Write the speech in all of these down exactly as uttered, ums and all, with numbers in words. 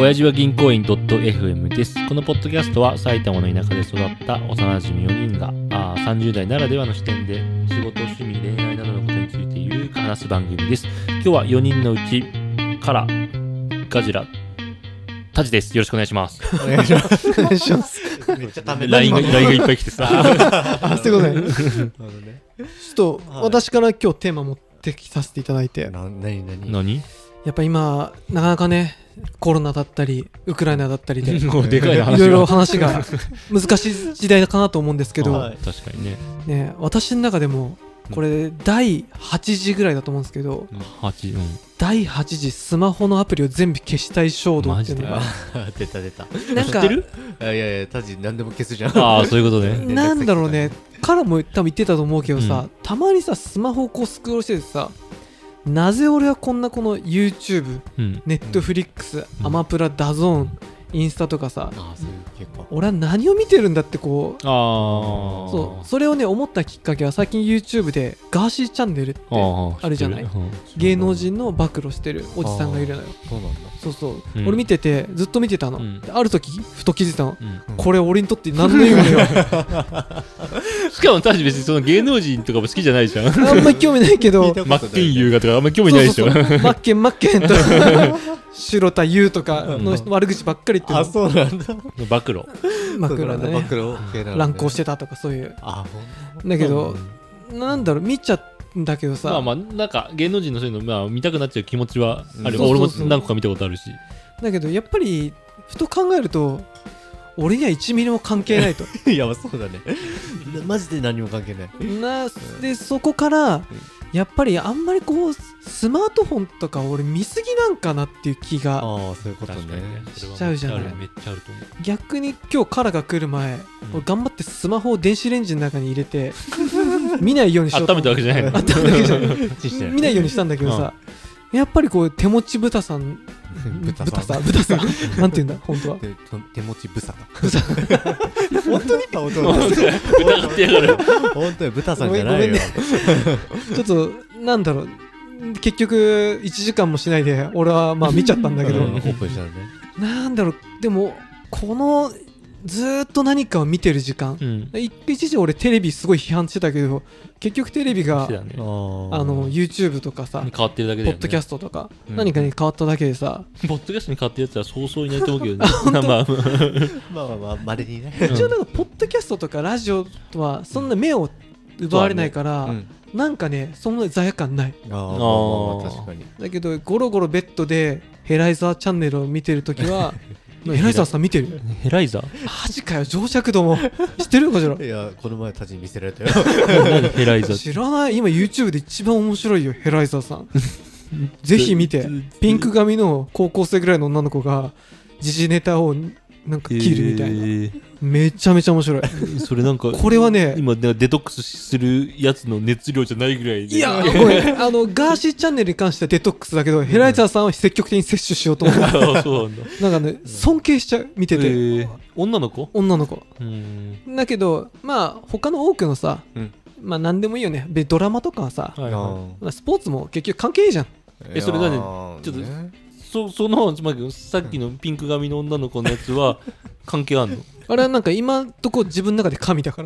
親父は銀行員 .fm です。このポッドキャストは埼玉の田舎で育った幼馴染よにんがあさんじゅう代ならではの視点で仕事、趣味、恋愛などのことについてゆるく話す番組です。今日はよにんのうちからガジラタジです。よろしくお願いします。 お願いします。お願いします。めっちゃためライン が, ラインがいっぱい来てさあ、そういうことね。ちょっと私から今日テーマ持ってきさせていただいて、 な何何何やっぱ今なかなかねコロナだったりウクライナだったりででかいな話がいろいろ話が難しい時代かなと思うんですけど、 はい確かにね。 ね、私の中でもこれだいはちじぐらいだと思うんですけど、 はち、うん、 だいはちじスマホのアプリを全部消したい衝動っていうのが出た出た。 なんか知ってる？ いやいやタジ何でも消すじゃん。 ああそういうことね。 なんだろうね、からも多分言ってたと思うけどさ、 うんたまにさスマホをこうスクロールしててさ、なぜ俺はこんなこの YouTube、 うん、 Netflix、 うんアマプラ、ダゾーン、インスタとかさ、 ああそういう結構。 俺は何を見てるんだってこう、 ああそうそれをね思ったきっかけは最近 YouTube でガーシーチャンネルってああるじゃない知ってる芸能人の暴露してるおじさんがいるのよ。 そうなんだ。 そうそう、 うん俺見ててずっと見てたの、 うんである時ふと気づいたの、 うんうんこれ俺にとって何の意味もよしかも確かに別にその芸能人とかも好きじゃないじゃんあんまり興味ないけどマッケン優雅とかあんまり興味ないでしょ。 そうそうそうマッケンマッケンと白田優とかの悪口ばっかり言ってるあそうなんだ。 暴露。 枕でね暴露系なのね乱行してたとかそういうあほんだけど、なんだろう見ちゃうんだけどさ、 まあまあなんか芸能人のそういうのまあ見たくなっちゃう気持ちはある。 うん俺もそうそうそう何個か見たことあるし。 だけどやっぱりふと考えると俺にはいちミリも関係ないといやそうだね。マジで何も関係ない。 なでそこからやっぱりあんまりこうスマートフォンとか俺見すぎなんかなっていう気がああそういうことね。 しちゃうじゃないめっちゃあると思う。 逆に今日カラが来る前、 うん俺頑張ってスマホを電子レンジの中に入れて見ないようにしようと温めたわけじゃないの。 温めたわけじゃないちっちゃい見ないようにしたんだけどさ、やっぱりこう手持ち豚さん豚豚さんさん豚さんなんて言うんだ本当はでと手持ちブサ豚本当に本当に疑ってやがる。 本当に豚さんじゃないよ。 ごめんねちょっとなんだろう結局いちじかんもしないで俺はまあ見ちゃったんだけど、 うんオープンしたらね。 なんだろうでもこのずーっと何かを見てる時間、 うん。 い一時俺テレビすごい批判してたけど結局テレビがそうだね。 ああの YouTube とかさ変わってるだけだよね。 ポッドキャストとか、 うん何かに変わっただけでさ、 ポッドキャストに変わってるやつはそうそういないと思うけどね。まあまあまあ。 まあまあまあまれにね。 うん一応なんかポッドキャストとかラジオとはそんな目を奪われないから、 うんなんかねそんな罪悪感ない。 ああまあまあまあ確かに。 だけどゴロゴロベッドでヘライザーチャンネルを見てるときはヘライザーさん見てるヘライザーマジかよ上尺度も知ってるこちらいやこの前たちに見せられたよ。 何ヘライザーって。 知らない今 YouTube で一番面白いよヘライザーさんぜひ見てピンク髪の高校生ぐらいの女の子が時事ネタをなんか切るみたいな、 えーめちゃめちゃ面白いそれなんかこれはね今なんかデトックスするやつの熱量じゃないぐらいで。 いやごめんあのガーシーチャンネルに関してはデトックスだけど、ヘライザーさんは積極的に摂取しようと思うあそうなんだ。 なんかね尊敬しちゃう見てて、 えー女の子？ 女の子うん。 だけどまあ他の多くのさ、 うんまあ何でもいいよねでドラマとかはさ、 はいはまあスポーツも結局関係いいじゃんえそれ何いやーちょっとねい。そそのまあさっきのピンク髪の女の子のやつは関係あんの？ あれはなんか今んとこ自分の中で神だから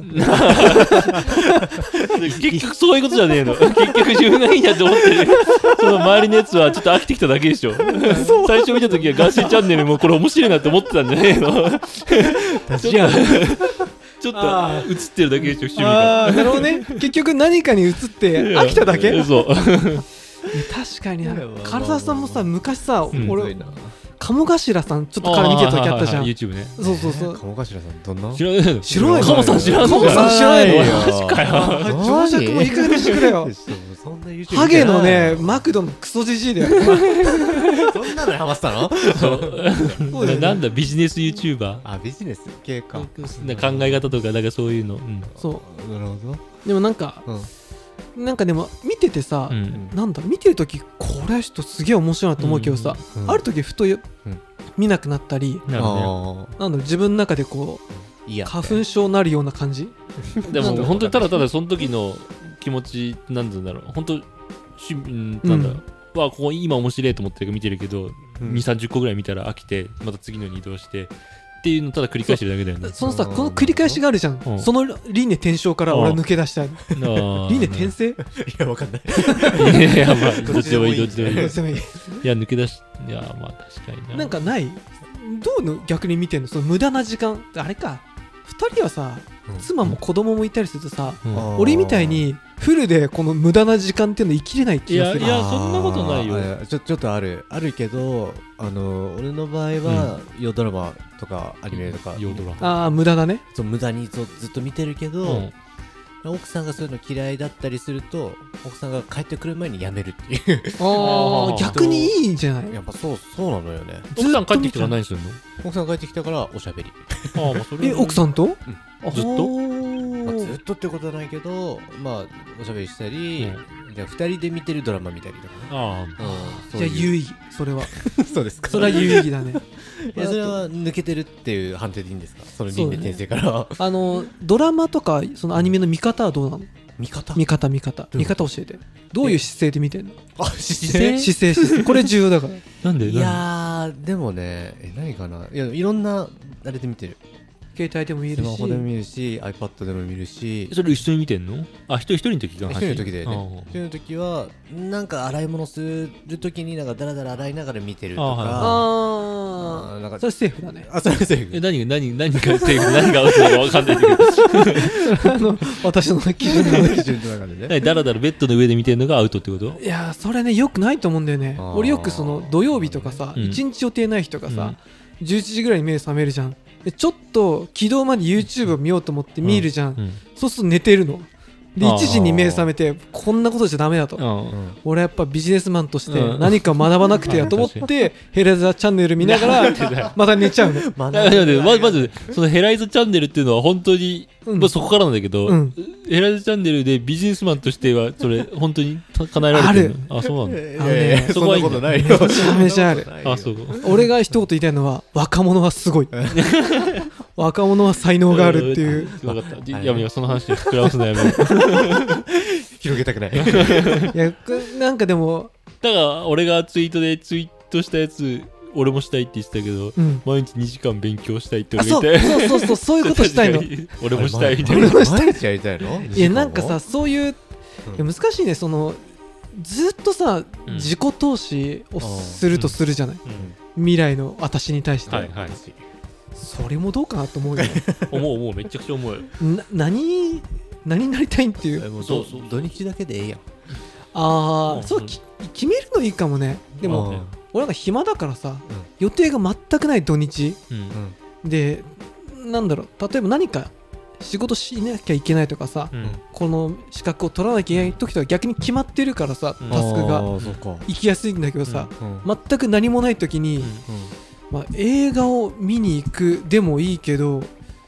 結局そういうことじゃねえの。結局自分がいいなって思ってるその周りのやつはちょっと飽きてきただけでしょ。最初見た時はガーシーチャンネルもこれ面白いなって思ってたんじゃねえの。 確かに。 ちょっと映ってるだけでしょ趣味あが。 あなるほどね結局何かに映って飽きただけそう。 確かになまあまあまあ唐沢さんもさ昔さ、 うん俺鴨頭さんちょっとから見てた時あったじゃん、 はいはいはい YouTube ね。 そうそうそう鴨頭さんどんな？ 知らないの？ 知らないのカモさん知らないの？ カモさん知らないの？ マジかよ上尺もいい加減にしてくれよそんな YouTube ハゲのね見てないマクドのクソジジイだよそんなのにハマってたの？ そうだよねなんだビジネス YouTuber あビジネス系か。 なんか考え方とかなんかそういうの、うんそうなるほど。 でもなんかうんなんかでも見ててさ、 うんなんだ見てるときこれ人すげえ面白いなと思うけどさ、 うんある時ふとよ、 うん見なくなったりなるほどね。 あなんだろう自分の中でこーいうや花粉症になるような感じでもなんだろう本当にただただその時の気持ちなんだろう本当しうんなんだろう、 わここ今面白いと思ってる見てるけど、 うん、 にじゅう、さんじゅっこぐらい見たら飽きてまた次のに移動してっていうのをただ繰り返してるだけだよね。 そのさこの繰り返しがあるじゃん、うん、その輪廻転生から俺は抜け出したいの。輪廻転生いやわかんないいやいやまあどっちでもいいどっちでもいいどっちでもいいいや抜け出しいやまあ確かにな。 なんかないどうの逆に見てんのその無駄な時間あれかふたりはさ、うん、妻も子供もいたりするとさ、うん、俺みたいにフルでこの無駄な時間っていうの生きれない気がする。 いやいやそんなことないよ。 ちょちょっとあるあるけどあの俺の場合は、うん、洋ドラマとかアニメとか洋ドラマああ無駄だね。 そう無駄にずっと見てるけど、うん奥さんがそういうの嫌いだったりすると奥さんが帰ってくる前にやめるっていうああ逆にいいんじゃない。 やっぱそうそうなのよね。 奥さん帰ってきたら何するの。 奥さん帰ってきたからおしゃべりあ、まあ、それえ奥さんと、うん、 ずっと、 まあ、ずっとってことはないけどまあおしゃべりしたり、うん、じゃあふたりで見てるドラマ見たりとか、ね、 あ、 うん、じゃあ有意義それはそうですか。 それは有意義だねいやそれは抜けてるっていう判定でいいんですかその輪廻転生から、ね、 あのドラマとかそのアニメの見方はどうなの。 見方見方見方見方教えて。どういう姿勢で見てんの。 あ姿勢姿勢姿勢これ重要だからなんでいやーでもねえ何かないやいろんなあれで見てる。 携帯でも見るしスマホでも見るし iPad でも見るし。 それ一緒に見てんの。あ一人一人の時が一人の時でね一人の時はなんか洗い物する時になんかダラダラ洗いながら見てるとか。 ああなんかそれセーフだね。 あそれセーフ。 え何が何何がセーフ何がアウトだか分かんないけどあの私の基準の基準の中でねダラダラベッドの上で見てるのがアウトってこと。 いやそれねよくないと思うんだよね。俺よくその土曜日とかさうん、 一日予定ない人がさ、うん、じゅういちじぐらいに目覚めるじゃん。でちょっと起動まで YouTube を見ようと思って見るじゃん、うんうん、そうすると寝てるのでいちじに目覚めてこんなことじゃダメだと、うん、俺やっぱビジネスマンとして何か学ばなくてやと思ってヘライザチャンネル見ながらまた寝ちゃうのままずそのヘライザチャンネルっていうのは本当に、うんまあ、そこからなんだけど、うん、ヘライザチャンネルでビジネスマンとしてはそれ本当に叶えられてるの。あそうなんだ。 あのねそこはいいんだ。めちゃめちゃある。 あそう俺が一言言いたいのは若者はすごい若者は才能があるっていう。 分かった。やめようその話で膨らますのやめよう広げたくないいやなんかでもだから俺がツイートでツイートしたやつ俺もしたいって言ってたけど、うん、毎日にじかん勉強したいって俺言ってそうそうそうそういうことしたいの俺もしたいみたいな。 毎日やりたいの。 いやなんかさそういう、うん、難しいねそのずっとさ、うん、自己投資をするとするじゃない、うん、未来の私に対して、 はいはい、 それもどうかなと思うよ思う思うめちゃくちゃ思うよ。 な何何になりたいっていう。 もうそうそう土日だけでええやん。 ああそうき決めるのいいかもね。でも俺なんか暇だからさ、うん、予定が全くない土日、うん、でなんだろう例えば何か仕事しなきゃいけないとかさ、うん、この資格を取らなきゃいけない時とか逆に決まってるからさ、うん、タスクが行きやすいんだけどさ、うんうん、全く何もない時に、うんうんまあ、映画を見に行くでもいいけどう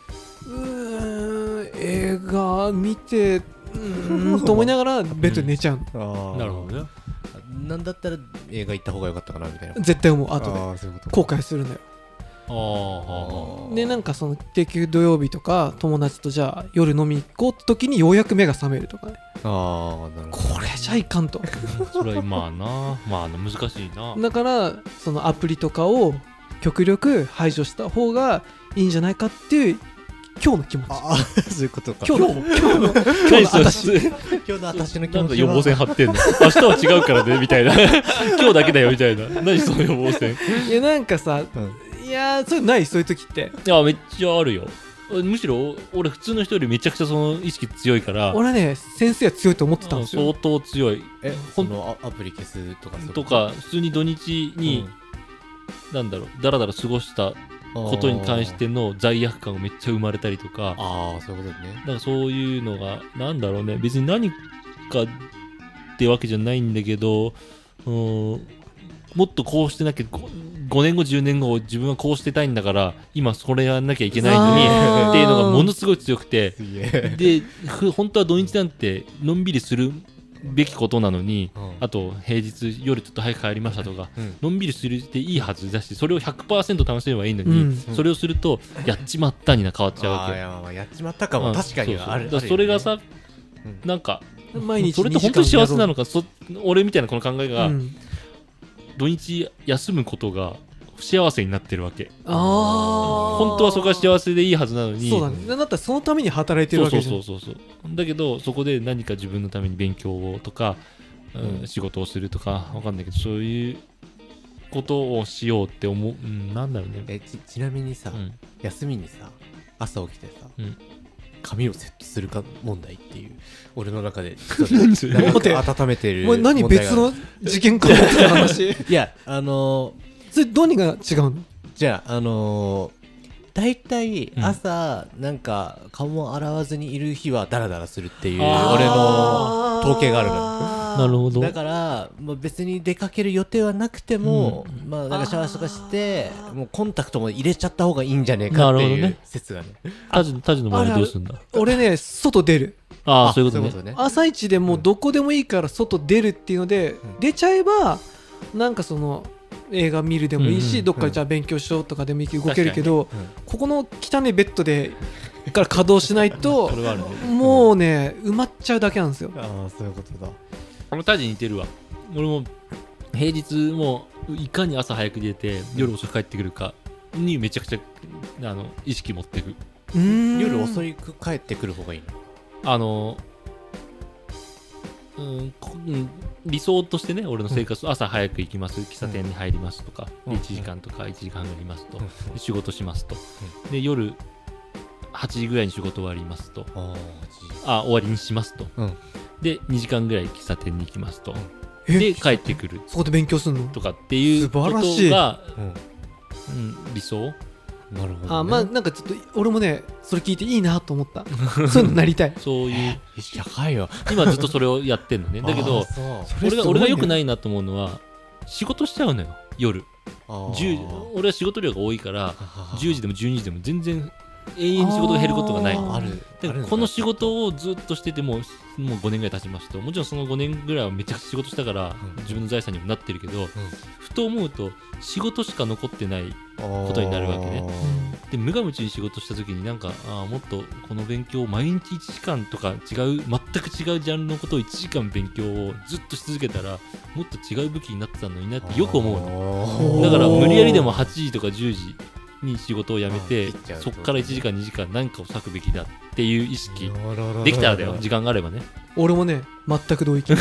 ーん映画見てうーんと思いながらベッドで寝ちゃうの、うん、なるほどね。 なんだったら映画行った方が良かったかなみたいな絶対思う。後で後悔するんだよ。あでなんかその結局土曜日とか友達とじゃあ夜飲み行こうって時にようやく目が覚めるとかね。 あなるほどこれじゃいかんとそれはまあなまあ難しいな。 だからそのアプリとかを極力排除した方がいいんじゃないかっていう今日の気持ち。 ああそういうことか。 今日の今日の今日の私今日の私の気持ちはなんか予防線張ってんの明日は違うからねみたいな今日だけだよみたいな。何その予防線いやなんかさ、うん、いやそういうのないそういう時って。 いやめっちゃあるよ。むしろ俺普通の人よりめちゃくちゃその意識強いから。 俺はね先生は強いと思ってたんですよ。 相当強い。 えそのアプリ消すとかとか普通に土日に、うん、なんだろうだらだら過ごしたことに関しての罪悪感がめっちゃ生まれたりとか。 ああそういうことね。 だからそういうのがなんだろうね別に何かってわけじゃないんだけど、うん、もっとこうしてなきゃごねんごじゅうねんご自分はこうしてたいんだから今それやんなきゃいけないのにっていうのがものすごい強くてで本当は土日なんてのんびりするべきことなのに、うん、あと平日夜ちょっと早く帰りましたとか、うん、のんびりするっていいはずだしそれを ひゃくパーセント 楽しめばいいのに、うん、それをするとやっちまったにな変わっちゃうわけ。 あいや、まあ、やっちまったかも確かにはある。 そうそうだそれがさ、うん、なんか毎日それって本当に幸せなのかそ俺みたいなこの考えが、うん、 土日休むことが不幸せになってるわけ。 ああ本当はそこが幸せでいいはずなのに。 そうだね。だったらそのために働いてるわけじゃん。 そうそうそうそうだけどそこで何か自分のために勉強をとか、うん、仕事をするとかわかんないけどそういうことをしようって思う、うん、なんだろうね。 え ち, ちなみにさ、うん、休みにさ朝起きてさ、うん、髪をセットするか問題っていう俺の中で温めてる問題が。何別の事件かって話。 いやあのー、 それ何が違うの？ じゃああのー、だいたい朝、うん、なんか顔も洗わずにいる日はダラダラするっていう俺の統計があるの。 なるほど。 だから、まあ、別に出かける予定はなくても、うん、まあなんかシャワーとかしてもうコンタクトも入れちゃった方がいいんじゃねえかっていう説がね。 タジの場合どうするんだ？ 俺ね外出る。 ああそういうことね。 朝一でもうどこでもいいから外出るっていうので、うん、出ちゃえばなんかその映画見るでもいいし、うんうん、どっかでじゃあ勉強しようとかでもいいけど動けるけど、うん、ここの汚いベッドでから稼働しないともうね埋まっちゃうだけなんですよ。 ああそういうことだ。 俺もタジに似てるわ。俺も平日もいかに朝早く出て夜遅く帰ってくるかにめちゃくちゃあの意識持ってく。 うーん夜遅く帰ってくる方がいいの？ あのうん、理想としてね俺の生活、うん、朝早く行きます喫茶店に入りますとか、うん、いちじかんとかいちじかんぐらいいますと、うん、仕事しますと、うん、で夜はちじぐらいに仕事終わりますと、あ終わりにしますと、うん、でにじかんぐらい喫茶店に行きますと、うん、で帰ってくるそこで勉強するのとかっていうことが、うん、理想。 なるほど、ね、 あまあなんかちょっと俺もねそれ聞いていいなと思った。そういうのなりたい。 そういうやばいよ今ずっとそれをやってんのね。だけど俺が俺が良くないなと思うのは仕事しちゃうのよ夜じゅうじ。俺は仕事量が多いからじゅうじでもじゅうにじでも全然永遠に仕事が減ることがない。 あるだからこの仕事をずっとしててももうごねんぐらい経ちますと、もちろんそのごねんぐらいはめちゃくちゃ仕事したから自分の財産にもなってるけど、うん、ふと思うと仕事しか残ってないことになるわけね。で無我夢中に仕事した時になんかあもっとこの勉強を毎日いちじかんとか違う全く違うジャンルのことをいちじかん勉強をずっとし続けたらもっと違う武器になってたのになってよく思うの。だから無理やりでもはちじとかじゅうじに仕事を辞めてそこからいちじかんにじかん何かを割くべきだっていう意識できたらだよ時間があればね。 俺もね全く同意見。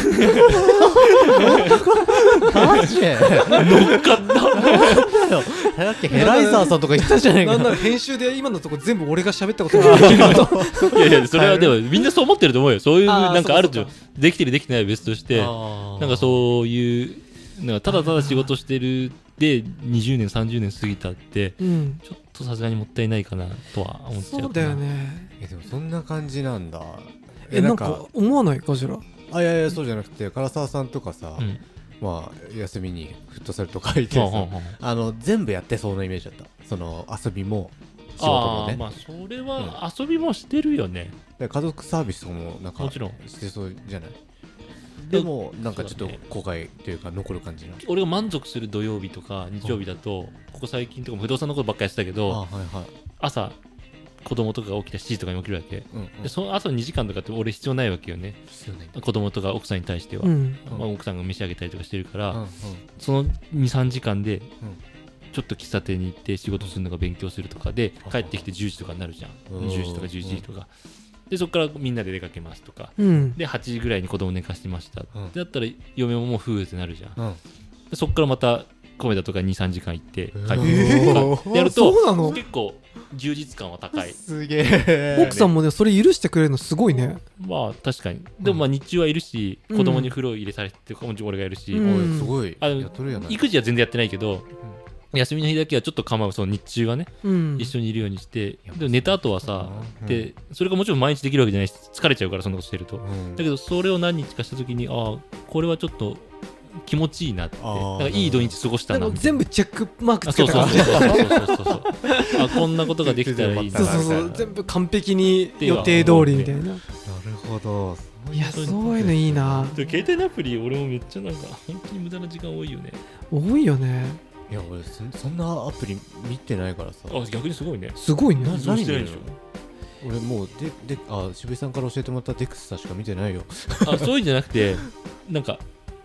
マジで乗っかっただってヘライザーさんとか言ったじゃないか。 なんなら編集で今のとこ全部俺が喋ったことができると。いやいやそれはでもみんなそう思ってると思うよ。そういうなんかあるとできてるできてないは別としてなんかそういうなんかただただ仕事してるでにじゅうねんさんじゅうねん過ぎたって、うん、ちょっとさすがにもったいないかなとは思っちゃう。 そうだよね。 えでもそんな感じなんだ。 えなんか思わないかしら。 あいやいやそうじゃなくて唐沢さんとかさ、うん、まあ休みにフットサルとか行ってさ、うんうんうん、あの全部やってそうなイメージだった。その遊びも仕事もね。 あまあそれは遊びもしてるよね。 で家族サービスもなんかもちろんしてそうじゃない。でもなんかちょっと後悔というか残る感じな。 俺が満足する土曜日とか日曜日だと、うん、ここ最近とかも不動産のことばっかりやってたけど、 あ、はいはい、 朝子供とかが起きたしちじとかに起きるわけ、うんうん、でその朝のにじかんとかって俺必要ないわけよね。子供とか奥さんに対しては、うんまあ、奥さんが召し上げたりとかしてるから、うんうん、そのにさんじかんで、うんちょっと喫茶店に行って仕事するのか勉強するとかで帰ってきてじゅうじとかになるじゃん。じゅうじとかじゅういちじとかでそこからみんなで出かけますとか、うん、ではちじぐらいに子供寝かしてました、うん、だったら嫁ももう夫婦ってなるじゃん、うん、でそこからまたコメダとかにさんじかん行って帰ってくるとかやると結構充実感は高い。 すげえ。 奥さんもねそれ許してくれるのすごいね。 まあ確かに。でもまあ日中はいるし、うん、子供に風呂入れされてるかも俺がいるし、 うん、すごいあの育児は全然やってないけど、うん休みの日だけはちょっだけ構うその日中はね、うん、一緒にいるようにしてで寝た後はさ、うん、でそれがもちろん毎日できるわけじゃないし疲れちゃうからそんなことしてると、うん、だけどそれを何日かした時にああこれはちょっと気持ちいいなってなんかいい土日過ごしたな全部チェックマークつけたからそうそうそうそうそうそうあこんなことができたらいいなそうそうそう全部完璧に予定通りみたいな。なるほど。 いやそういうのいいな。 携帯のアプリ俺もめっちゃなんか本当に無駄な時間多いよね。 多いよね。 いや俺 そ, そんなアプリ見てないからさ。 あ逆にすごいね。 すごいね。 何してないでしょ。 俺もうでであ渋井さんから教えてもらったデクスタしか見てないよ。 あそういうんじゃなくてなんか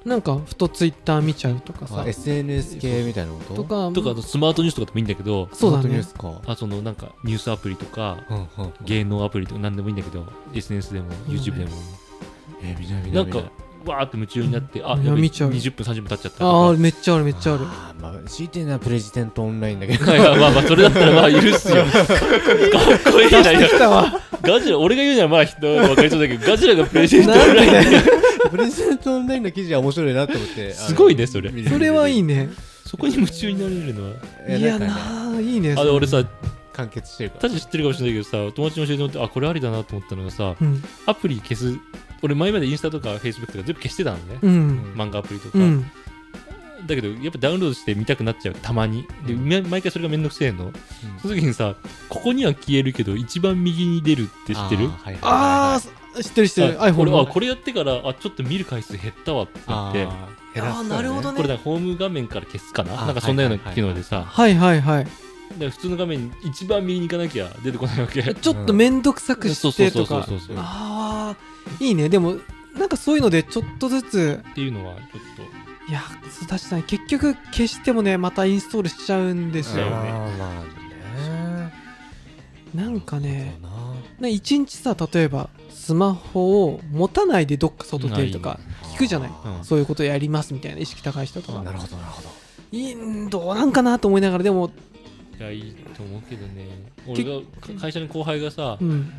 なんかふとツイッター見ちゃうとかさ、 エスエヌエス 系みたいなこととかとかあとスマートニュースとかでもいいんだけど、 そうだね、 ニュースか、 あそのなんかニュースアプリとか、 うんうんうん、 芸能アプリとか何でもいいんだけど エスエヌエス でも YouTube でも、 えー、見ない見なかなんい見ないわーって夢中になって、 うんあやべ見ちゃうにじゅっぷんさんじゅっぷん経っちゃったとか、 ああめっちゃあるめっちゃある。 あー、まあ、強いてるのはプレジデントオンラインだけどいやまあまあそれだったらまあ許すよかっこいいな。 来たわガジラ俺が言うならまあ人分かりそうだけどガジラがプレゼントオンラインプレジデントオンラインの記事は面白いなと思ってすごいねそれそれはいいね。 そこに夢中になれるのは。 いやえなんかねなあいいね。 あれ俺さ完結してるから確か知ってるかもしれないけどさ、友達に教えてもらってあこれありだなと思ったのがさ、 うんアプリ消す、俺前までインスタとかフェイスブックとか全部消してたのね、 うん漫画アプリとか、 うんだけどやっぱダウンロードして見たくなっちゃうたまにで、 うん毎毎回それがめんどくせえの、その時にさここには消えるけど一番右に出るって知ってる？ あーはいはいはいあはいあ知ってる知ってる。 あ iPhone の俺あこれやってからあちょっと見る回数減ったわってなって、 あー減らすからねあーなるほどねこれだからホーム画面から消すかな、 あなんかそんなようなはいはいはい機能でさ、 はいはいはい。 だから普通の画面一番右に行かなきゃ出てこないわけ。 ちょっと面倒くさくしてとかそうそうそうそうそうああいいね。でもなんかそういうのでちょっとずつっていうのはちょっいやそう確かに結局消してもねまたインストールしちゃうんですよ。 そうよねあーまあねなんかねそうだなね一日さ例えばスマホを持たないでどっか外出るとか聞くじゃない、 うんそういうことやりますみたいな意識高い人とかなるほどなるほどいいんどうなんかなと思いながらでもといやいいと思うけどね。俺がか会社の後輩がさ、 うん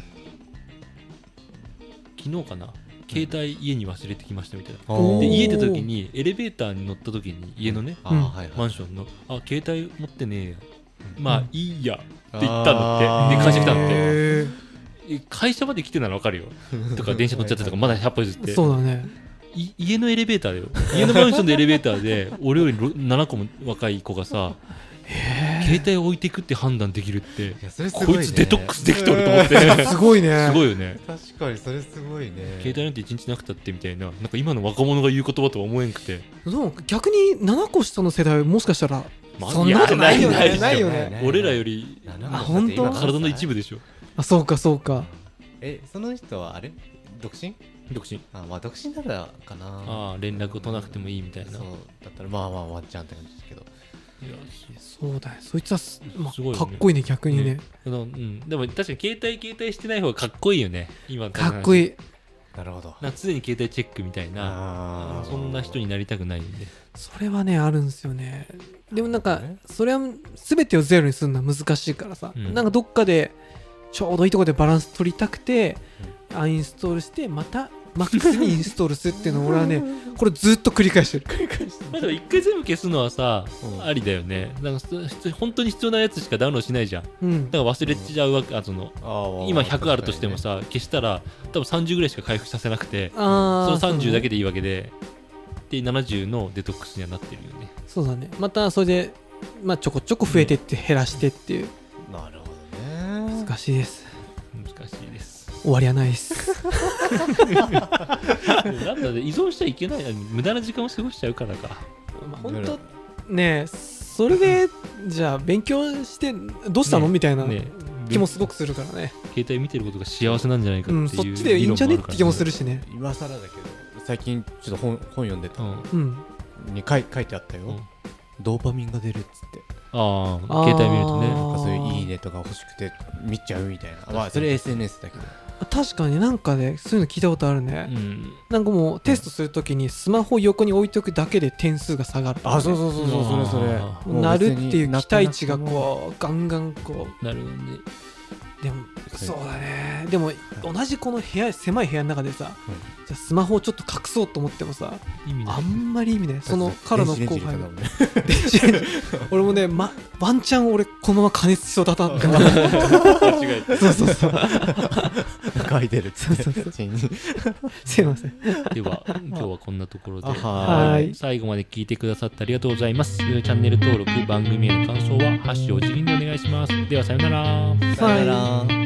昨日かな携帯家に忘れてきましたみたいな、 おーで家出た時にエレベーターに乗った時に家のね、 あーはいはいマンションのあ携帯持ってねえや、まあうんいいやって言ったんだってあーで会社来たんだってへえ会社まで来てならわかるよとか電車乗っちゃったとかまだひゃっぽ譲っーてそうだねい家のエレベーターだよ家のマンションのエレベーターで俺よりろななこも若い子がさ携帯を置いていくって判断できるっていやそれすごいねこいつデトックスできとると思ってすごいねすごいよね。 確かにそれすごいね携帯なんて一日なくたってみたいななんか今の若者が言う言葉とは思えんくてそう逆にななこ下の世代もしかしたらまあそんなことないよねいやないないよないね俺らよりあ本当体の一部でしょ。 あそうかそうかえその人はあれ独身独身あまあ独身ならかなああ連絡を取らなくてもいいみたいな。 そうだったらまあまあワンチャンって感じですけどいやそうだよそいつはす、まあすごいよねかっこいいね逆にねねあのうん、でも確かに携帯携帯してない方がかっこいいよね今のかっこいいいなるほどなんか常に携帯チェックみたいなあーそんな人になりたくないんでそれはねあるんですよねでもなんかそれは全てをゼロにするのは難しいからさ、 うんなんかどっかでちょうどいいところでバランス取りたくて、アンインストールしてまたマックスにインストールするっていうのを俺はねこれずっと繰り返してる繰り返してるまあでも一回全部消すのはさ、 うんありだよねなんか普通本当に必要なやつしかダウンロードしないじゃんうんだから忘れちゃうわけ、あそのあー今ひゃくあるとしてもさ、消したら多分さんじゅうぐらいしか回復させなくてあーそのさんじゅうだけででいいわけででななじゅうのデトックスにはなってるよね。 そうだねまたそれで、まあ、ちょこちょこ増えてって減らしてっていう、 なるほどね難しいです難しいです終わりはないですなんだね依存しちゃいけない無駄な時間を過ごしちゃうからか。 まあ本当ねそれでじゃあ勉強してどうしたの、 ねみたいなね気もすごくするからね携帯見てることが幸せなんじゃないかっていう、 うん、そっちでいいんじゃねって気もするしね今更だけど最近ちょっと本本読んでたうんうんに書い書いてあったよ、 うんドーパミンが出るっつってああ携帯見るとねあーなんかそういういいねとか欲しくて見ちゃうみたいなまあそれ エスエヌエス だけど確かになんかで、ね、そういうの聞いたことあるね、 うんなんかもうテストするときにスマホを横に置いておくだけで点数が下がるとかね、 あそうそうそうそうそれそれあもうなるっていう期待値がうこうガンガンこなるほどねうでもそうだねでも同じこの部屋狭い部屋の中でさ、 うんじゃあスマホをちょっと隠そうと思ってもさ意味ないあんまり意味ないその彼の後輩電の子レンジ入れたもんね俺もね、ま、ワンチャン俺このまま加熱しそうだったんだ間違えたそうそうそう書いてるっつってそうそうそうチンすいませんでは今日はこんなところであはい最後まで聞いてくださってありがとうございます。チャンネル登録番組への感想はハッシュを自輪でお願いします。ではさようなら。 さよなら